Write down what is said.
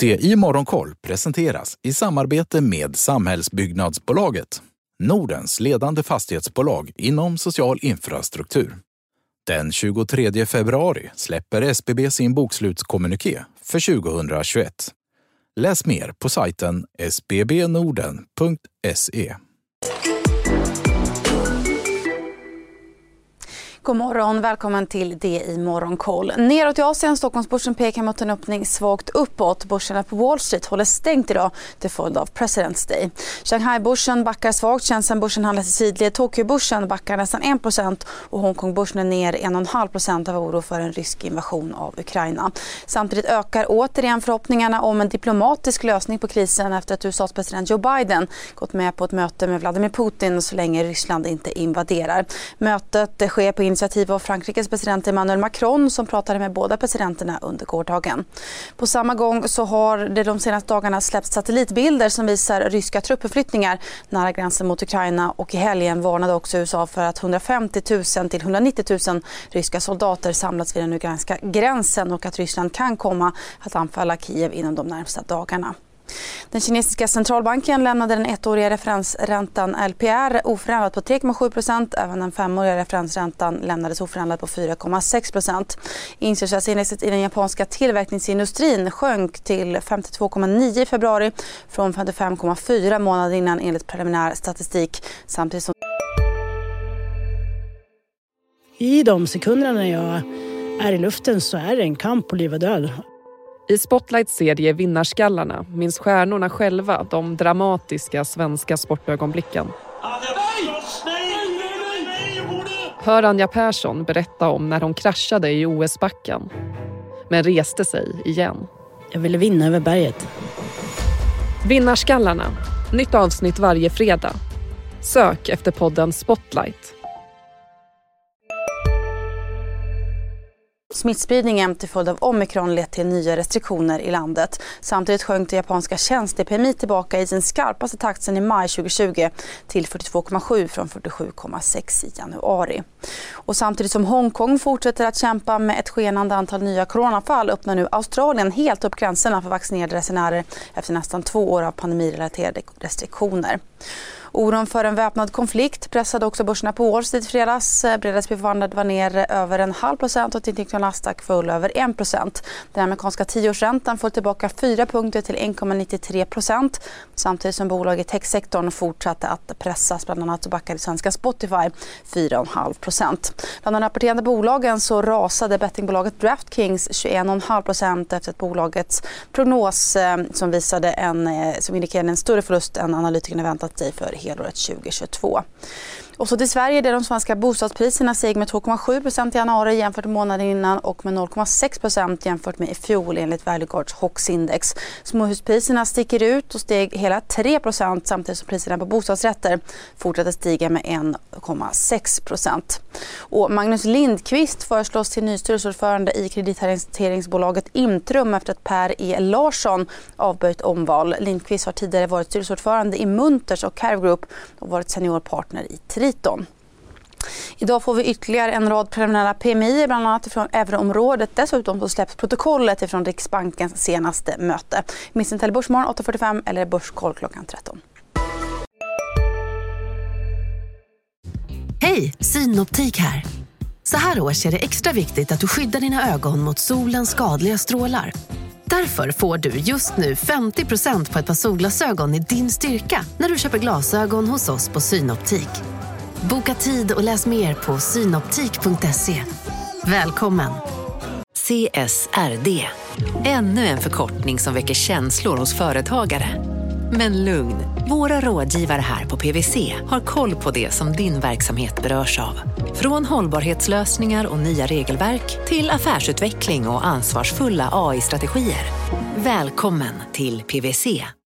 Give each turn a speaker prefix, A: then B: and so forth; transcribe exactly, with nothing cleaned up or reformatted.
A: Det i Morgonkoll presenteras i samarbete med Samhällsbyggnadsbolaget, Nordens ledande fastighetsbolag inom social infrastruktur. Den tjugotredje februari släpper S B B sin bokslutskommuniké för tjugohundratjugoett. Läs mer på sajten s b b norden punkt se.
B: God morgon, välkommen till det i Morgonkoll. Neråt i Asien, Stockholmsbörsen pekar mot en öppning svagt uppåt. Börserna på Wall Street håller stängt idag till följd av President's Day. Shanghai-börsen backar svagt, Shenzhen-börsen handlas i sidled, Tokyo-börsen backar nästan en procent och Hongkong-börsen är ner en komma fem procent av oro för en rysk invasion av Ukraina. Samtidigt ökar återigen förhoppningarna om en diplomatisk lösning på krisen efter att U S A:s president Joe Biden gått med på ett möte med Vladimir Putin så länge Ryssland inte invaderar. Mötet sker på initiativ av Frankrikes president Emmanuel Macron som pratade med båda presidenterna under gårdagen. På samma gång så har det de senaste dagarna släppts satellitbilder som visar ryska truppförflyttningar nära gränsen mot Ukraina, och i helgen varnade också U S A för att hundrafemtio tusen till hundranittio tusen ryska soldater samlats vid den ukrainska gränsen och att Ryssland kan komma att anfalla Kiev inom de närmaste dagarna. Den kinesiska centralbanken lämnade den ettåriga referensräntan L P R oförändrad på tre komma sju procent. Även den femåriga referensräntan lämnades oförändrad på fyra komma sex procent. Inköpsindexet i den japanska tillverkningsindustrin sjönk till femtiotvå komma nio i februari från femtiofem komma fyra månader innan enligt preliminär statistik. Samtidigt som...
C: I de sekunderna när jag är i luften så är det en kamp på liv och död.
D: I Spotlights serie Vinnarskallarna minns stjärnorna själva de dramatiska svenska sportögonblicken. Hör Anja Persson berätta om när hon kraschade i O S-backen, men reste sig igen.
C: Jag ville vinna över berget.
D: Vinnarskallarna, nytt avsnitt varje fredag. Sök efter podden Spotlight.
B: Smittspridningen till följd av omikron lett till nya restriktioner i landet. Samtidigt sjönk det japanska tjänste-P M I tillbaka i sin skarpaste takt sedan i maj tjugohundratjugo till fyrtiotvå komma sju från fyrtiosju komma sex i januari. Och samtidigt som Hongkong fortsätter att kämpa med ett skenande antal nya coronafall öppnar nu Australien helt upp gränserna för vaccinerade resenärer efter nästan två år av pandemirelaterade restriktioner. Oron för en väpnad konflikt pressade också börserna på Wall Street fredags. Bredas beförvandet var ner över en halv procent och till Nasdaq föll över en procent. Den amerikanska tioårsräntan föll tillbaka fyra punkter till en komma nittiotre procent. Samtidigt som bolaget i techsektorn fortsatte att pressas, bland annat så backade svenska Spotify fyra komma fem procent. Bland de rapporterande bolagen så rasade bettingbolaget DraftKings tjugoen komma fem procent efter att bolagets prognos eh, som visade en, eh, som indikerade en större förlust än analytikerna väntat sig för helåret tjugohundratjugotvå. Och så till Sverige där de svenska bostadspriserna steg med två komma sju procent i januari jämfört med månaden innan och med noll komma sex procent jämfört med i fjol enligt Valueguards H O X index. Småhuspriserna sticker ut och steg hela tre procent samtidigt som priserna på bostadsrätter fortsätter stiga med en komma sex procent. Och Magnus Lindqvist föreslås till ny styrelseordförande i kredithanteringsbolaget Intrum efter att Per E. Larsson avböjt omval. Lindqvist har tidigare varit styrelseordförande i Munters och Carve Group och varit seniorpartner i Triton. Idag får vi ytterligare en rad preliminära P M I, bland annat från euroområdet. Dessutom så släpps protokollet från Riksbankens senaste möte. Missa inte Börsmorgon åtta fyrtiofem eller Börskoll klockan tretton.
E: Hej, Synoptik här. Så här års är det extra viktigt att du skyddar dina ögon mot solens skadliga strålar. Därför får du just nu femtio procent på ett par solglasögon i din styrka när du köper glasögon hos oss på Synoptik. Boka tid och läs mer på synoptik punkt se. Välkommen! C S R D. Ännu en förkortning som väcker känslor hos företagare. Men lugn, våra rådgivare här på P W C har koll på det som din verksamhet berörs av. Från hållbarhetslösningar och nya regelverk till affärsutveckling och ansvarsfulla A I-strategier. Välkommen till P W C.